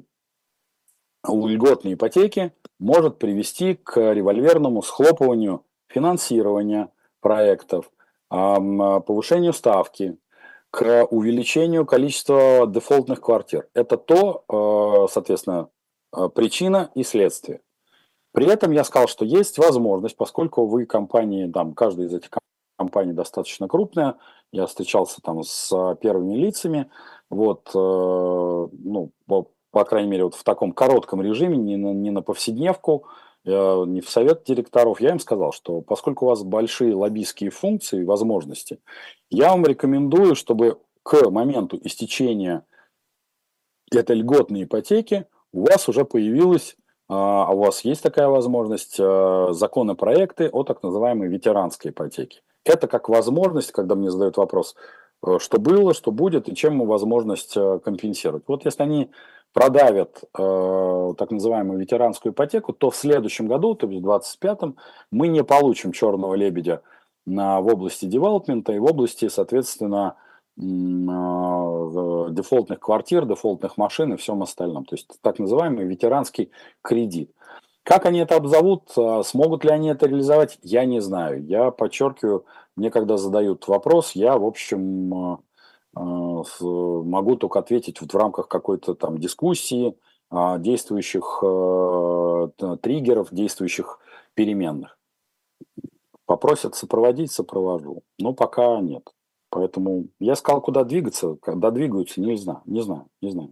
у льготной ипотеки может привести к револьверному схлопыванию финансирования проектов, ам, а, повышению ставки, к увеличению количества дефолтных квартир. Это то, э, соответственно, э, причина и следствие. При этом я сказал, что есть возможность, поскольку вы компании, там, каждая из этих компаний достаточно крупная, я встречался там с а, первыми лицами, вот, э, ну, по, по крайней мере, вот в таком коротком режиме, не на, не на повседневку, э, не в совет директоров, я им сказал, что поскольку у вас большие лоббистские функции и возможности, я вам рекомендую, чтобы к моменту истечения этой льготной ипотеки у вас уже появилась, а а у вас есть такая возможность, э, законопроекты о так называемой ветеранской ипотеке. Это как возможность, когда мне задают вопрос, э, что было, что будет и чем мы возможность э, компенсировать. Вот если они продавят э, так называемую ветеранскую ипотеку, то в следующем году, то есть в двадцать пятом, мы не получим черного лебедя на, в области девелопмента и в области, соответственно, м, а, дефолтных квартир, дефолтных машин и всем остальном. То есть так называемый ветеранский кредит. Как они это обзовут, а, смогут ли они это реализовать, я не знаю. Я подчеркиваю, мне когда задают вопрос, я, в общем, а, А, с могу только ответить вот в рамках какой-то там дискуссии, а, действующих, э, т триггеров, действующих переменных. Попросят сопроводить- сопровожу, но пока нет. Поэтому я сказал, куда двигаться, когда двигаются, не знаю, не знаю, не знаю.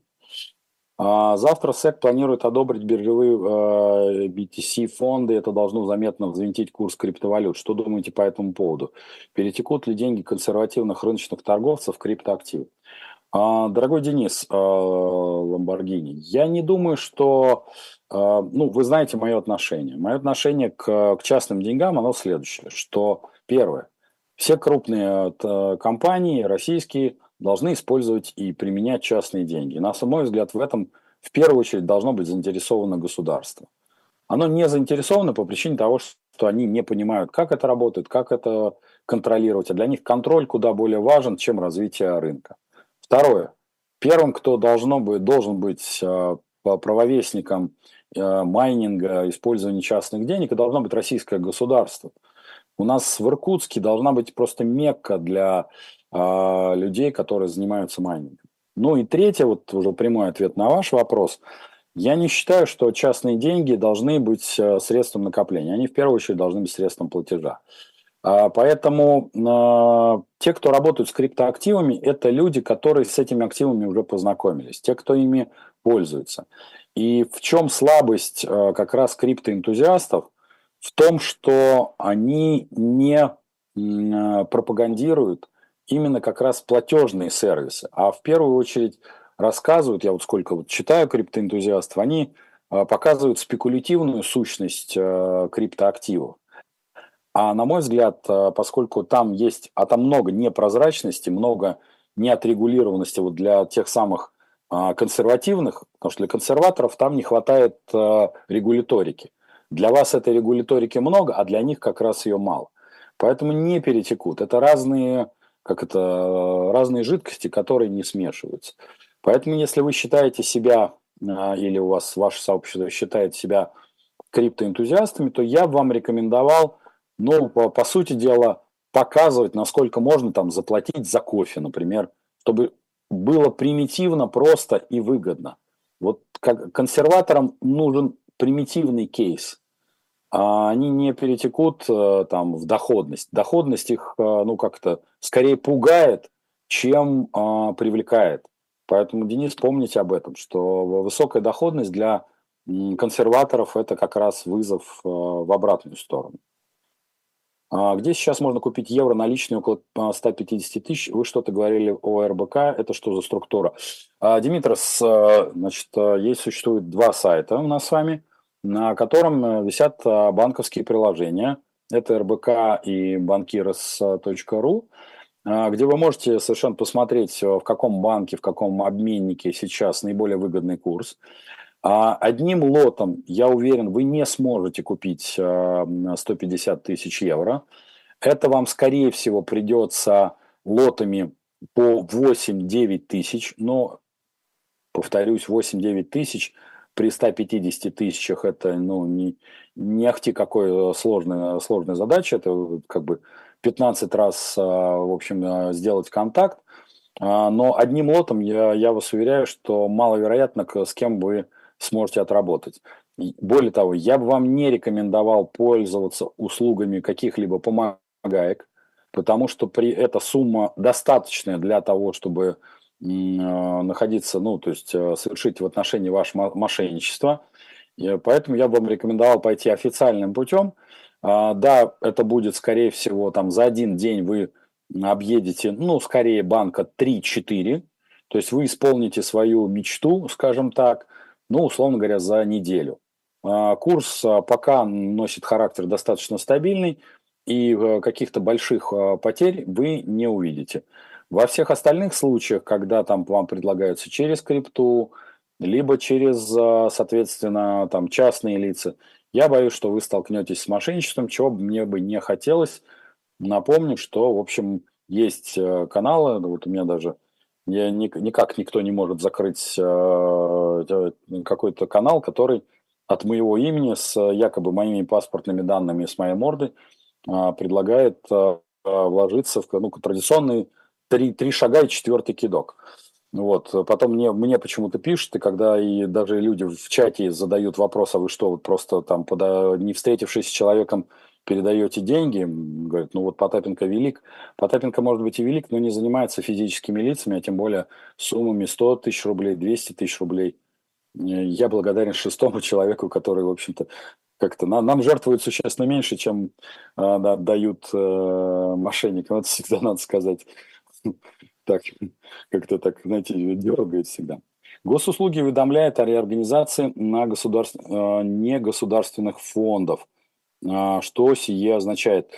А, завтра сэк планирует одобрить биржевые, э, би ти си-фонды. Это должно заметно взвинтить курс криптовалют. Что думаете по этому поводу? Перетекут ли деньги консервативных рыночных торговцев в криптоактивы? А, дорогой Денис, а, Ламборгини, я не думаю, что, а, ну, вы знаете мое отношение. Мое отношение к, к частным деньгам, оно следующее, что первое, все крупные т- компании российские должны использовать и применять частные деньги. На мой взгляд, в этом в первую очередь должно быть заинтересовано государство. Оно не заинтересовано по причине того, что они не понимают, как это работает, как это контролировать. А для них контроль куда более важен, чем развитие рынка. Второе. Первым, кто должно быть, должен быть э, по- правовестником э, майнинга, использования частных денег, это должно быть российское государство. У нас в Иркутске должна быть просто мекка для а, людей, которые занимаются майнингом. Ну и третье, вот уже прямой ответ на ваш вопрос. Я не считаю, что частные деньги должны быть э, средством накопления. Они в первую очередь должны быть средством платежа. А, Поэтому а, те, кто работают с криптоактивами, это люди, которые с этими активами уже познакомились, те, кто ими пользуется. И в чем слабость э, как раз криптоэнтузиастов? В том, что они не м, э, пропагандируют именно как раз платежные сервисы, а в первую очередь рассказывают, я вот сколько вот читаю криптоэнтузиастов, они э, показывают спекулятивную сущность э, криптоактивов. А на мой взгляд, э, поскольку там есть, а там много непрозрачности, много неотрегулированности вот для тех самых а, консервативных, потому что для консерваторов там не хватает э, регуляторики. Для вас этой регуляторики много, а для них как раз ее мало. Поэтому не перетекут. Это разные, как это, э, разные жидкости, которые не смешиваются. Поэтому если вы считаете себя, а, или у вас ваше сообщество считает себя криптоэнтузиастами, то я бы вам рекомендовал, ну, по, по сути дела, показывать, насколько можно там заплатить за кофе, например, чтобы было примитивно, просто и выгодно. Вот как консерваторам нужен примитивный кейс, а они не перетекут э, там в доходность. Доходность их, э, ну, как-то скорее пугает, чем а, привлекает. Поэтому, Денис, помните об этом, что высокая доходность для м, консерваторов это как раз вызов э, в обратную сторону. А где сейчас можно купить евро наличные около а, ста пятидесяти тысяч? Вы что-то говорили о эр бэ ка, это что за структура? А, Димитрос, э, значит, э, есть, существует два сайта у нас с вами, на котором э, висят а, банковские приложения. Это эр бэ ка и банкирос точка ру, а, где вы можете совершенно посмотреть, э, в каком банке, в каком обменнике сейчас наиболее выгодный курс. А одним лотом, я уверен, вы не сможете купить а, сто пятьдесят тысяч евро. Это вам, скорее всего, придется лотами по восемь-девять тысяч, но, повторюсь, восемь-девять тысяч при ста пятидесяти тысячах это, ну, не, не ахти какой сложная, сложная задача, это вот как бы пятнадцать раз, а, в общем, а, сделать контакт. А, Но одним лотом я, я вас уверяю, что маловероятно, к- с кем вы сможете отработать. И более того, я бы вам не рекомендовал пользоваться услугами каких-либо помогаек, потому что при, эта сумма достаточная для того, чтобы м, э, находиться, ну, то есть э, совершить в отношении ваше мо- мошенничество. И поэтому я бы вам рекомендовал пойти официальным путем. А, Да, это будет, скорее всего, там за один день вы объедете, ну, скорее банка три-четыре, то есть вы исполните свою мечту, скажем так, ну, условно говоря, за неделю. А, Курс а, пока носит характер достаточно стабильный, и э, каких-то больших а, потерь вы не увидите. Во всех остальных случаях, когда там вам предлагаются через крипту, либо через, а, соответственно, там частные лица, я боюсь, что вы столкнетесь с мошенничеством, чего бы мне бы не хотелось. Напомню, что, в общем, есть э, каналы, ну, вот у меня даже я ник- никак никто не может закрыть э, э, какой-то канал, который от моего имени с э, якобы моими паспортными данными, с моей мордой а, предлагает а, а, вложиться в ну, традиционный три, три шага и четвертый кидок. Вот. Потом мне, мне почему-то пишут, и когда и даже люди в чате задают вопрос, а вы что, вот просто там, пода- не встретившись с человеком, передаете деньги? М, Говорят, ну вот Потапенко велик. Потапенко может быть и велик, но не занимается физическими лицами, а тем более суммами сто тысяч рублей, двести тысяч рублей. Э, Я благодарен шестому человеку, который, в общем-то, как-то на- нам жертвует существенно меньше, чем а, да, дают э, мошенникам. Это всегда надо сказать. Так, как-то так, знаете, дергает всегда. Госуслуги уведомляет о реорганизации на государств... э, негосударственных фондов. А, Что сие означает?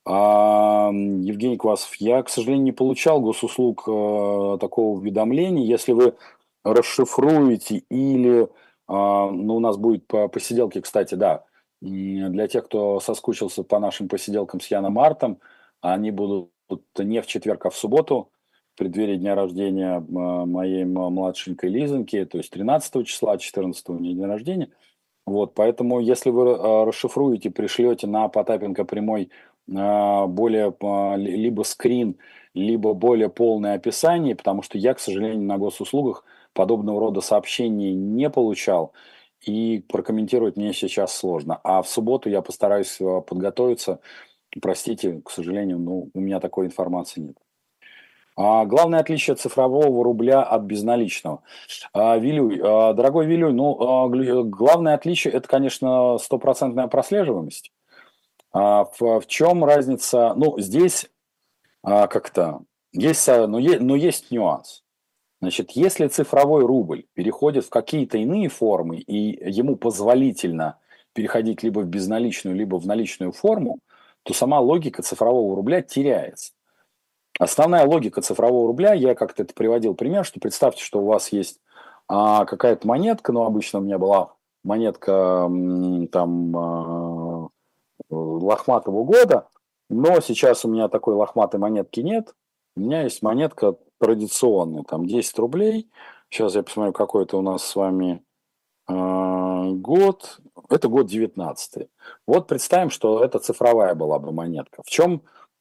А, м, Евгений Квасов, я, к сожалению, не получал госуслуг э, такого уведомления. Если вы расшифруете или, а, ну, у нас будет по посиделке, кстати, да, м, для тех, кто соскучился по нашим посиделкам с Яном Артом, они будут не в четверг, а в субботу, в преддверии дня рождения м, моей м- младшенькой Лизоньки, то есть тринадцатого числа, четырнадцатого у нее день рождения. Вот, поэтому, если вы э, расшифруете, пришлете на Потапенко прямой а, более а, ли- либо скрин, либо более полное описание, потому что я, к сожалению, на госуслугах подобного рода сообщений не получал, и прокомментировать мне сейчас сложно. А в субботу я постараюсь э, подготовиться. Простите, к сожалению, ну, у меня такой информации нет. А, главное отличие цифрового рубля от безналичного. А, Вилюй, а, дорогой Вилюй, ну, а, глю- главное отличие – это, конечно, стопроцентная прослеживаемость. А в, в чем разница? Ну, здесь а, как-то есть, а, но, е- но есть нюанс. Значит, если цифровой рубль переходит в какие-то иные формы, и ему позволительно переходить либо в безналичную, либо в наличную форму, то сама логика цифрового рубля теряется. Основная логика цифрового рубля, я как-то это приводил пример, что представьте, что у вас есть а, какая-то монетка, ну, обычно у меня была монетка м, там а, лохматого года, но сейчас у меня такой лохматой монетки нет. У меня есть монетка традиционная, там десять рублей. Сейчас я посмотрю, какой это у нас с вами а, год. Это год девятнадцатый. Вот представим, что это цифровая была бы монетка. В чем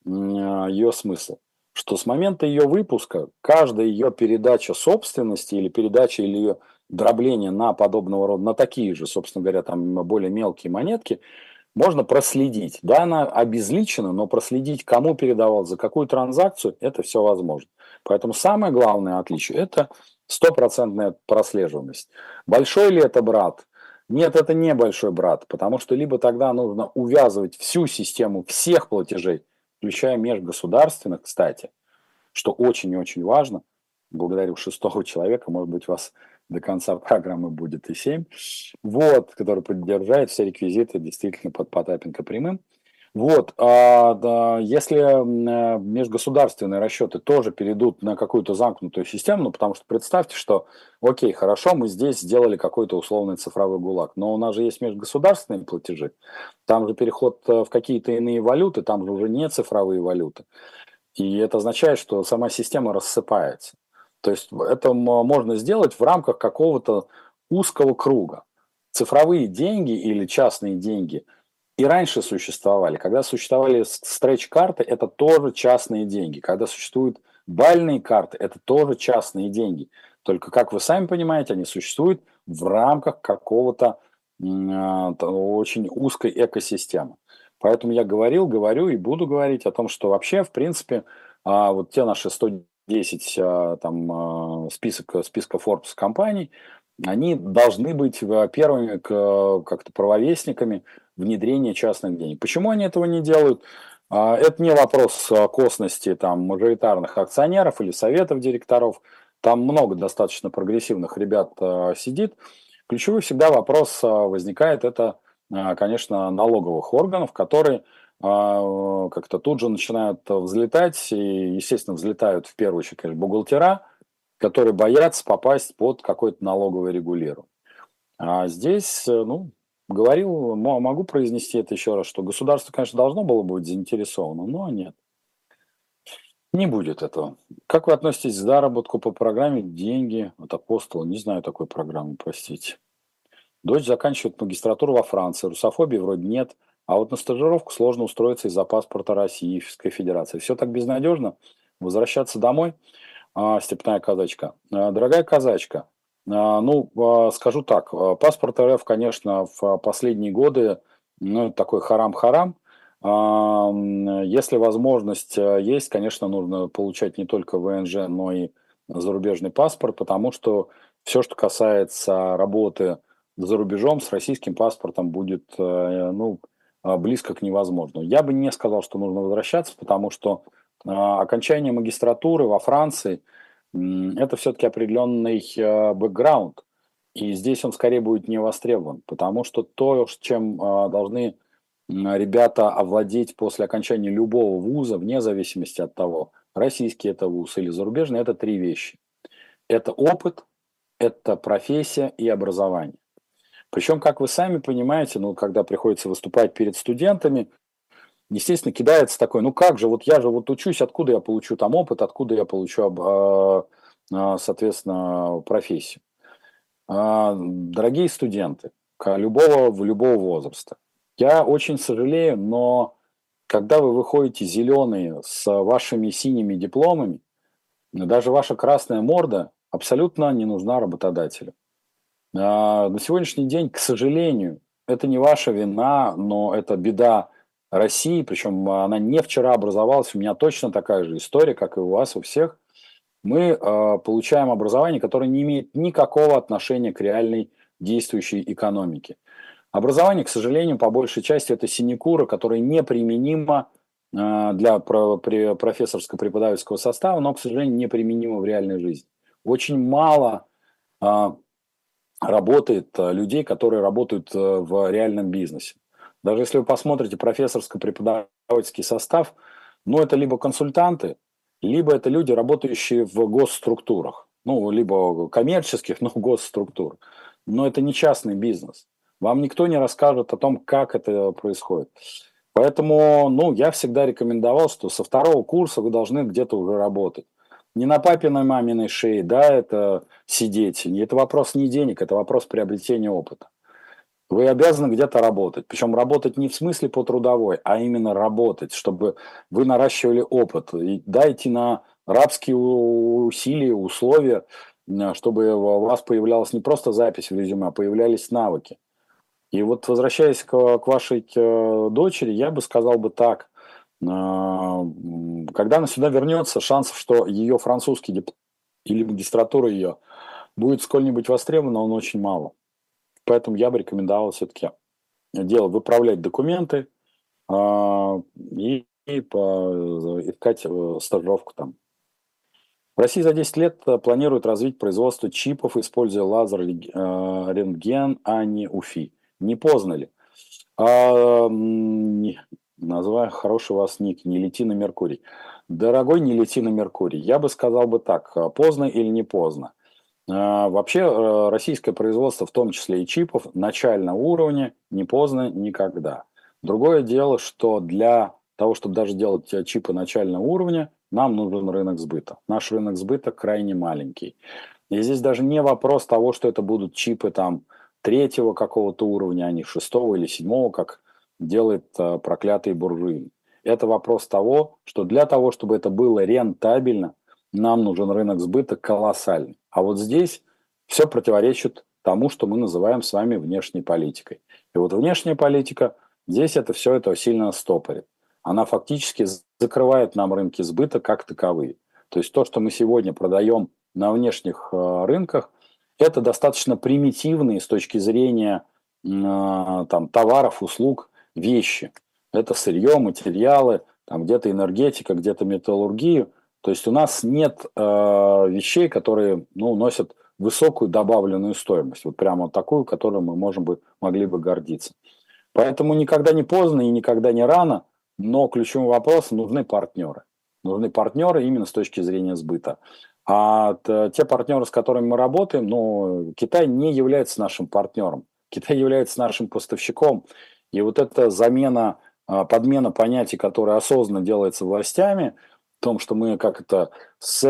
ее смысл? Что с момента ее выпуска каждая ее передача собственности или передача или ее дробление на подобного рода, на такие же, собственно говоря, там более мелкие монетки, можно проследить. Да, она обезличена, но проследить, кому передавал, за какую транзакцию, это все возможно. Поэтому самое главное отличие – это стопроцентная прослеживаемость. Большой ли это брат? Нет, это не большой брат, потому что либо тогда нужно увязывать всю систему всех платежей, включая межгосударственных, кстати, что очень и очень важно. Благодарю шестого человека, может быть, у вас до конца программы будет и семь. Вот, который поддержает все реквизиты действительно под Потапенко прямым. Вот, а, да, если м, э, межгосударственные расчеты тоже перейдут на какую-то замкнутую систему, ну, потому что представьте, что, окей, хорошо, мы здесь сделали какой-то условный цифровой ГУЛАГ, но у нас же есть межгосударственные платежи, там же переход э, в какие-то иные валюты, там же уже не цифровые валюты. И это означает, что сама система рассыпается. То есть это м- можно сделать в рамках какого-то узкого круга. Цифровые деньги или частные деньги и раньше существовали. Когда существовали с- стретч-карты, это тоже частные деньги. Когда существуют бальные карты, это тоже частные деньги. Только, как вы сами понимаете, они существуют в рамках какого-то м, а, т- очень узкой экосистемы. Поэтому я говорил, говорю и буду говорить о том, что вообще, в принципе, а, вот те наши сто десять а, там, а, список, списка Forbes компаний, они должны быть а, первыми к, как-то правовестниками внедрения частных денег. Почему они этого не делают? А, Это не вопрос а, косности там, мажоритарных акционеров или советов директоров. Там много достаточно прогрессивных ребят а, сидит. Ключевой всегда вопрос а, возникает, это, а, конечно, налоговых органов, которые а, как-то тут же начинают взлетать, и, естественно, взлетают в первую очередь, конечно, бухгалтера, которые боятся попасть под какое-то налоговое регулирование. А здесь, э, ну, говорил, мо- могу произнести это еще раз, что государство, конечно, должно было быть заинтересовано, но нет, не будет этого. Как вы относитесь к заработку по программе «Деньги от апостола»? Не знаю такой программы, простите. Дочь заканчивает магистратуру во Франции, русофобии вроде нет, а вот на стажировку сложно устроиться из-за паспорта Российской Федерации. Все так безнадежно. Возвращаться домой, а, степная казачка. А, Дорогая казачка, а, ну, а, скажу так, а, паспорт эр эф, конечно, в а, последние годы, ну, такой харам-харам. А, м, Если возможность а, есть, конечно, нужно получать не только вэ эн жэ, но и зарубежный паспорт, потому что все, что касается работы за рубежом, с российским паспортом будет, э, ну, а, близко к невозможному. Я бы не сказал, что нужно возвращаться, потому что а, окончание магистратуры во Франции, м, это все-таки определенный э, бэкграунд, и здесь он скорее будет не востребован, потому что то, с чем а, должны м, ребята овладеть после окончания любого вуза, вне зависимости от того, российский это вуз или зарубежный, это три вещи. Это опыт, это профессия и образование. Причем, как вы сами понимаете, ну, когда приходится выступать перед студентами, естественно, кидается такой, ну как же, вот я же вот учусь, откуда я получу там опыт, откуда я получу, об- а, а, соответственно, профессию. А, Дорогие студенты, ка- любого, в любого возраста, я очень сожалею, но когда вы выходите зеленые с вашими синими дипломами, даже ваша красная морда абсолютно не нужна работодателю. А, На сегодняшний день, к сожалению, это не ваша вина, но это беда России, причем она не вчера образовалась, у меня точно такая же история, как и у вас, у всех. Мы а, получаем образование, которое не имеет никакого отношения к реальной действующей экономике. Образование, к сожалению, по большей части это синекура, которая неприменима а, для про- пре- профессорско-преподавательского состава, но, к сожалению, неприменима в реальной жизни. Очень мало а, работает а, людей, которые работают а, в реальном бизнесе. Даже если вы посмотрите профессорско-преподавательский состав, ну, это либо консультанты, либо это люди, работающие в госструктурах. Ну, либо коммерческих, но госструктур. Но это не частный бизнес. Вам никто не расскажет о том, как это происходит. Поэтому, ну, я всегда рекомендовал, что со второго курса вы должны где-то уже работать. Не на папиной маминой шее, да, это сидеть. И это вопрос не денег, это вопрос приобретения опыта. Вы обязаны где-то работать. Причем работать не в смысле по трудовой, а именно работать, чтобы вы наращивали опыт. И дайте на рабские у- усилия, условия, м, чтобы у вас появлялась не просто запись в резюме, а появлялись навыки. И вот возвращаясь к, к вашей э, дочери, я бы сказал бы так. А, м, Когда она сюда вернется, шансов, что ее французский дип- или магистратура ее будет сколь-нибудь востребована, он очень мало. Поэтому я бы рекомендовал все-таки дело выправлять документы а, и, и по- искать э, стажировку там. В России за десять лет э, планируют развить производство чипов, используя лазер, лег- э, рентген, а не УФИ. Не поздно ли? А, м, не- Называю хороший у вас ник, не лети на Меркурий. Дорогой, не лети на Меркурий. Я бы сказал бы так, а, поздно или не поздно. А, Вообще э, российское производство, в том числе и чипов, начального уровня, не поздно никогда. Другое дело, что для того, чтобы даже делать э, чипы начального уровня, нам нужен рынок сбыта. Наш рынок сбыта крайне маленький. И здесь даже не вопрос того, что это будут чипы там третьего какого-то уровня, а не шестого или седьмого, как делает э, проклятый буржуин. Это вопрос того, что для того, чтобы это было рентабельно, нам нужен рынок сбыта колоссальный. А вот здесь все противоречит тому, что мы называем с вами внешней политикой. И вот внешняя политика здесь это все это сильно стопорит. Она фактически закрывает нам рынки сбыта как таковые. То есть то, что мы сегодня продаем на внешних э, рынках, это достаточно примитивные с точки зрения м, э, там, товаров, услуг, вещи. Это сырье, материалы, там где-то энергетика, где-то металлургию. То есть у нас нет э, вещей, которые ну, носят высокую добавленную стоимость. Вот прямо такую, которой мы можем бы, могли бы гордиться. Поэтому никогда не поздно и никогда не рано, но ключевым вопросом нужны партнеры. Нужны партнеры именно с точки зрения сбыта. А т- те партнеры, с которыми мы работаем, ну, Китай не является нашим партнером. Китай является нашим поставщиком. И вот эта замена, а, подмена понятий, которая осознанно делается властями, в том, что мы как это с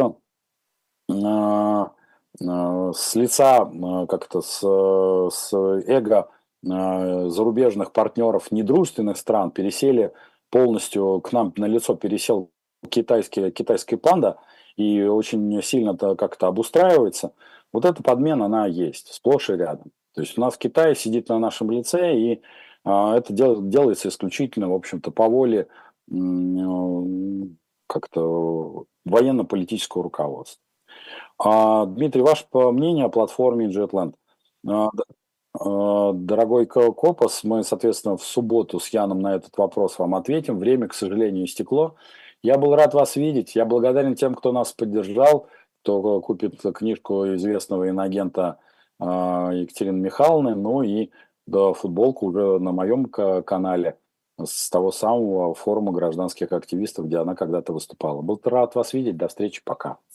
а, а, с лица, а, как это, с, э, с эго а, зарубежных партнеров недружественных стран пересели полностью, к нам на лицо пересел китайский, китайская панда и очень сильно-то как-то обустраивается, вот эта подмена, она есть сплошь и рядом. То есть у нас в Китае сидит на нашем лице, и а, это дел- делается исключительно, в общем-то, по воле м, э, как-то военно-политического руководства. А, Дмитрий, ваше по- мнение о платформе Jetland? А, д- а, Дорогой Ко- Копос, мы, соответственно, в субботу с Яном на этот вопрос вам ответим. Время, к сожалению, истекло. Я был рад вас видеть. Я благодарен тем, кто нас поддержал, кто купит книжку известного инагента а, Екатерины Михайловны, ну и да, футболку уже на моем ка- канале с того самого форума гражданских активистов, где она когда-то выступала. Был рад вас видеть. До встречи. Пока.